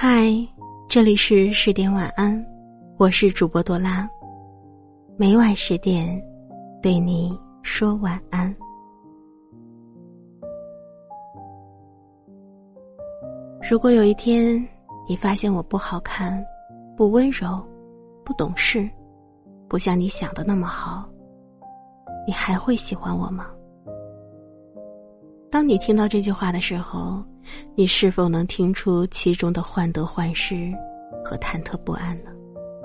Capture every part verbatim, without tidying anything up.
嗨，这里是十点晚安，我是主播多拉，每晚十点对你说晚安。如果有一天你发现我不好看，不温柔，不懂事，不像你想的那么好，你还会喜欢我吗？当你听到这句话的时候，你是否能听出其中的患得患失和忐忑不安呢？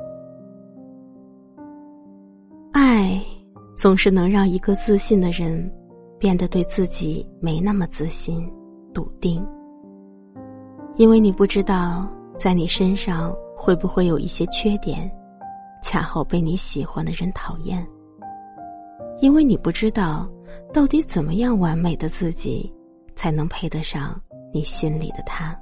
爱总是能让一个自信的人变得对自己没那么自信、笃定。因为你不知道在你身上会不会有一些缺点，恰好被你喜欢的人讨厌。因为你不知道到底怎么样完美的自己才能配得上你心里的他。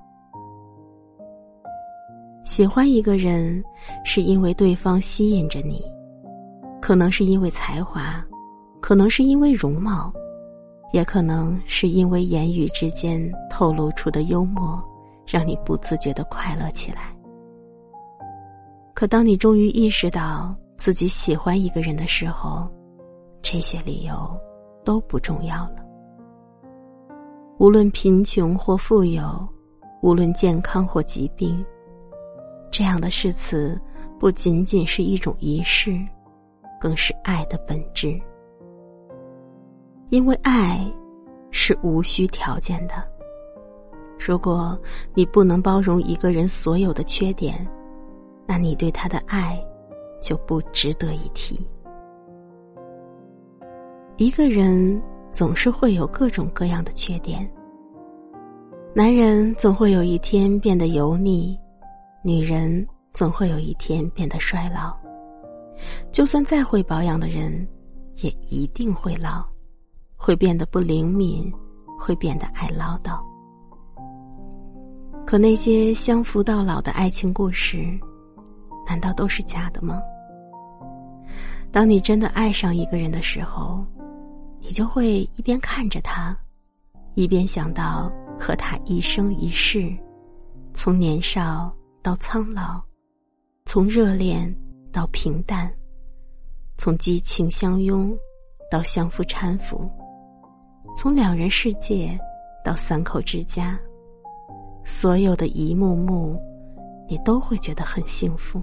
喜欢一个人是因为对方吸引着你，可能是因为才华，可能是因为容貌，也可能是因为言语之间透露出的幽默，让你不自觉地快乐起来。可当你终于意识到自己喜欢一个人的时候，这些理由都不重要了。无论贫穷或富有，无论健康或疾病，这样的誓词不仅仅是一种仪式，更是爱的本质。因为爱是无需条件的。如果你不能包容一个人所有的缺点，那你对他的爱就不值得一提。一个人总是会有各种各样的缺点，男人总会有一天变得油腻，女人总会有一天变得衰老，就算再会保养的人也一定会老，会变得不灵敏，会变得爱唠叨。可那些相扶到老的爱情故事，难道都是假的吗？当你真的爱上一个人的时候，你就会一边看着他，一边想到和他一生一世，从年少到苍老，从热恋到平淡，从激情相拥到相扶搀扶，从两人世界到三口之家，所有的一幕幕你都会觉得很幸福。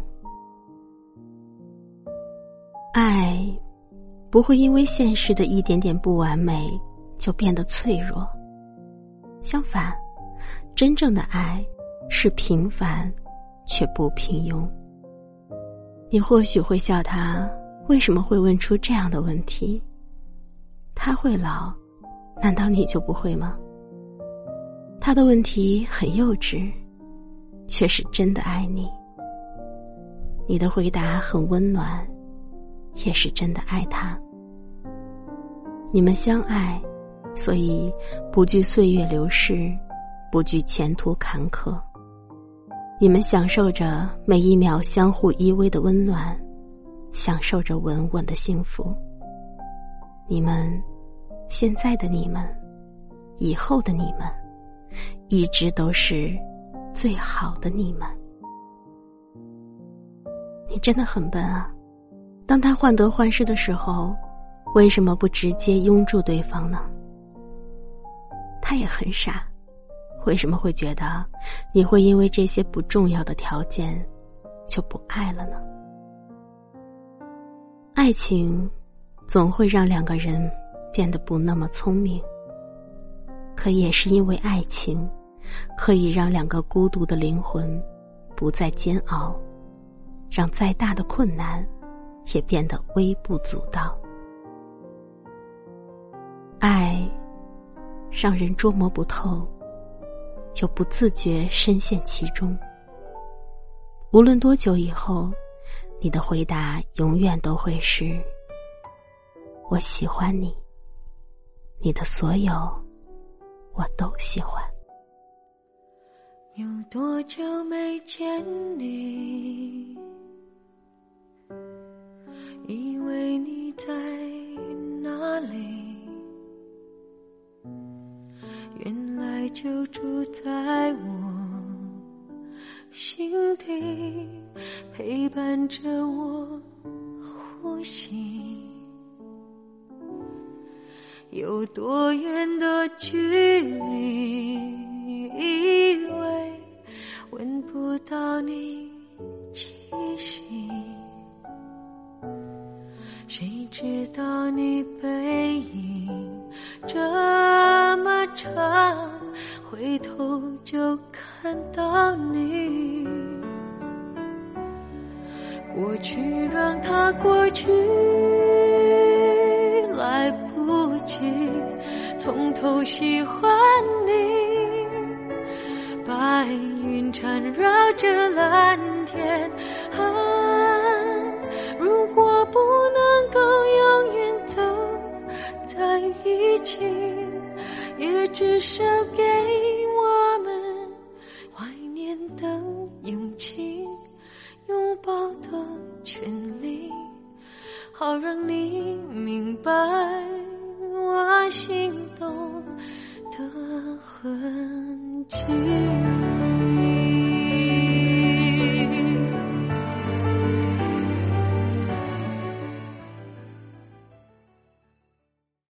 爱不会因为现实的一点点不完美就变得脆弱，相反，真正的爱是平凡却不平庸。你或许会笑他为什么会问出这样的问题，他会老，难道你就不会吗？他的问题很幼稚，却是真的爱你。你的回答很温暖，也是真的爱他。你们相爱，所以不惧岁月流逝，不惧前途坎坷。你们享受着每一秒相互依偎的温暖，享受着稳稳的幸福。你们，现在的你们，以后的你们，一直都是最好的你们。你真的很笨啊！当他患得患失的时候，为什么不直接拥住对方呢？他也很傻，为什么会觉得你会因为这些不重要的条件就不爱了呢？爱情总会让两个人变得不那么聪明，可也是因为爱情可以让两个孤独的灵魂不再煎熬，让再大的困难也变得微不足道。爱让人捉摸不透，又不自觉深陷其中。无论多久以后，你的回答永远都会是我喜欢你，你的所有我都喜欢。 有多久没见你，以为你在哪里，原来就住在我心底，陪伴着我呼吸。有多远的距离，以为闻不到你气息，谁知道你背影这么长，回头就看到你。过去让它过去，来不及从头喜欢你。白云缠绕着蓝天，啊，如果不能够永远都在一起，也至少给我们怀念的勇气，拥抱的权利，好让你明白我心动的痕迹。